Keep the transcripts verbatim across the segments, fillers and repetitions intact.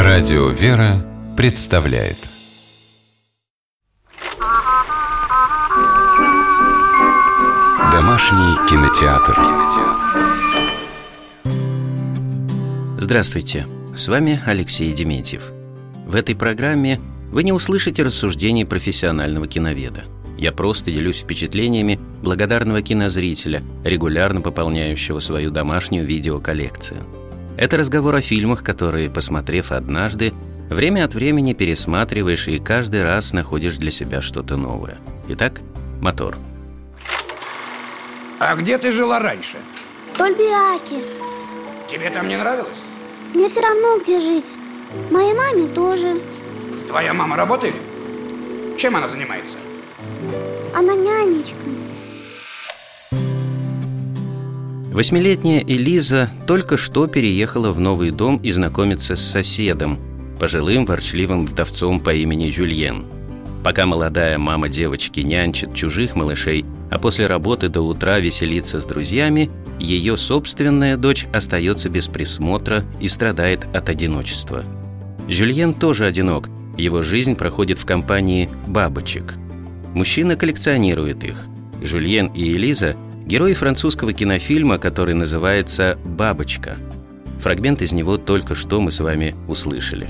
Радио «Вера» представляет Домашний кинотеатр. Здравствуйте, с вами Алексей Дементьев. В этой программе вы не услышите рассуждений профессионального киноведа. Я просто делюсь впечатлениями благодарного кинозрителя, регулярно пополняющего свою домашнюю видеоколлекцию. Это разговор о фильмах, которые, посмотрев однажды, время от времени пересматриваешь и каждый раз находишь для себя что-то новое. Итак, мотор. А где ты жила раньше? В Тольбиаке. Тебе там не нравилось? Мне все равно, где жить. Моей маме тоже. Твоя мама работает? Чем она занимается? Она нянечка. Восьмилетняя Элиза только что переехала в новый дом и знакомится с соседом, пожилым ворчливым вдовцом по имени Жюльен. Пока молодая мама девочки нянчит чужих малышей, а после работы до утра веселится с друзьями, ее собственная дочь остается без присмотра и страдает от одиночества. Жюльен тоже одинок, его жизнь проходит в компании бабочек. Мужчина коллекционирует их. Жюльен и Элиза – герои французского кинофильма, который называется «Бабочка». Фрагмент из него только что мы с вами услышали.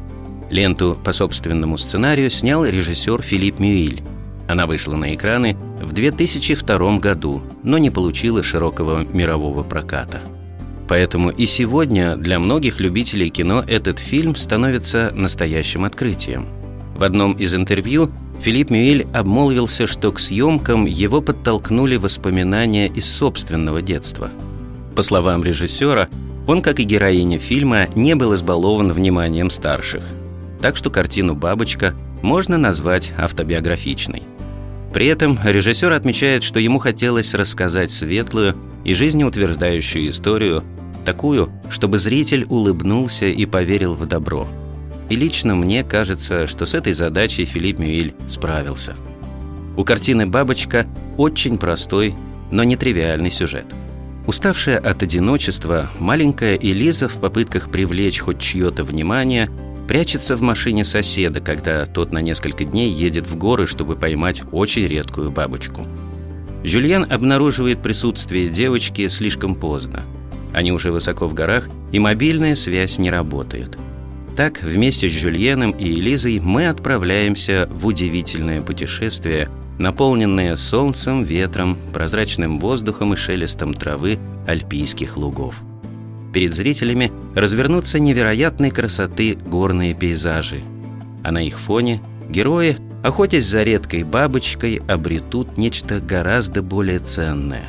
Ленту по собственному сценарию снял режиссер Филипп Мюиль. Она вышла на экраны в две тысячи втором году, но не получила широкого мирового проката. Поэтому и сегодня для многих любителей кино этот фильм становится настоящим открытием. В одном из интервью Филипп Мюиль обмолвился, что к съемкам его подтолкнули воспоминания из собственного детства. По словам режиссера, он, как и героиня фильма, не был избалован вниманием старших. Так что картину «Бабочка» можно назвать автобиографичной. При этом режиссер отмечает, что ему хотелось рассказать светлую и жизнеутверждающую историю, такую, чтобы зритель улыбнулся и поверил в добро. И лично мне кажется, что с этой задачей Филипп Мюиль справился. У картины «Бабочка» очень простой, но нетривиальный сюжет. Уставшая от одиночества, маленькая Элиза в попытках привлечь хоть чье-то внимание прячется в машине соседа, когда тот на несколько дней едет в горы, чтобы поймать очень редкую бабочку. Жюльен обнаруживает присутствие девочки слишком поздно. Они уже высоко в горах, и мобильная связь не работает. Так, вместе с Жюльеном и Элизой мы отправляемся в удивительное путешествие, наполненное солнцем, ветром, прозрачным воздухом и шелестом травы альпийских лугов. Перед зрителями развернутся невероятной красоты горные пейзажи, а на их фоне герои, охотясь за редкой бабочкой, обретут нечто гораздо более ценное.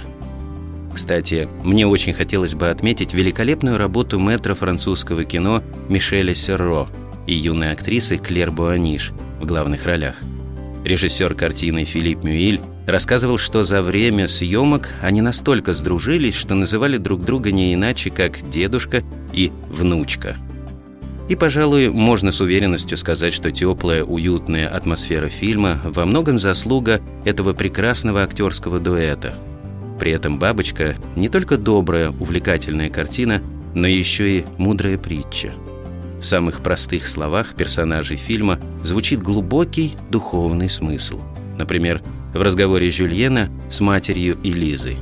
Кстати, мне очень хотелось бы отметить великолепную работу мэтра французского кино Мишеля Серро и юной актрисы Клэр Буаниш в главных ролях. Режиссер картины Филипп Мюиль рассказывал, что за время съемок они настолько сдружились, что называли друг друга не иначе, как дедушка и внучка. И, пожалуй, можно с уверенностью сказать, что теплая, уютная атмосфера фильма во многом заслуга этого прекрасного актерского дуэта. При этом «Бабочка» не только добрая, увлекательная картина, но еще и мудрая притча. В самых простых словах персонажей фильма звучит глубокий духовный смысл. Например, в разговоре Жюльена с матерью Элизы.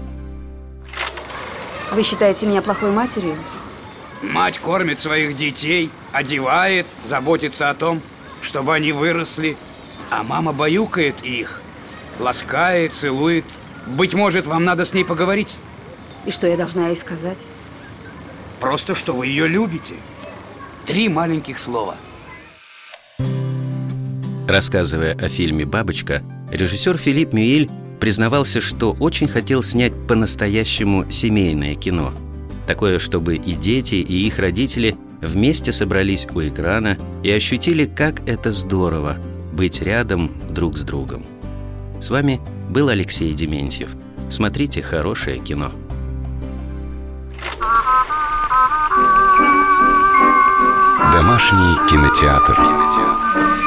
Вы считаете меня плохой матерью? Мать кормит своих детей, одевает, заботится о том, чтобы они выросли. А мама баюкает их, ласкает, целует. Быть может, вам надо с ней поговорить? И что я должна ей сказать? Просто, что вы ее любите. Три маленьких слова. Рассказывая о фильме «Бабочка», режиссер Филипп Мюиль признавался, что очень хотел снять по-настоящему семейное кино. Такое, чтобы и дети, и их родители вместе собрались у экрана и ощутили, как это здорово – быть рядом друг с другом. С вами был Алексей Дементьев. Смотрите хорошее кино. Домашний кинотеатр.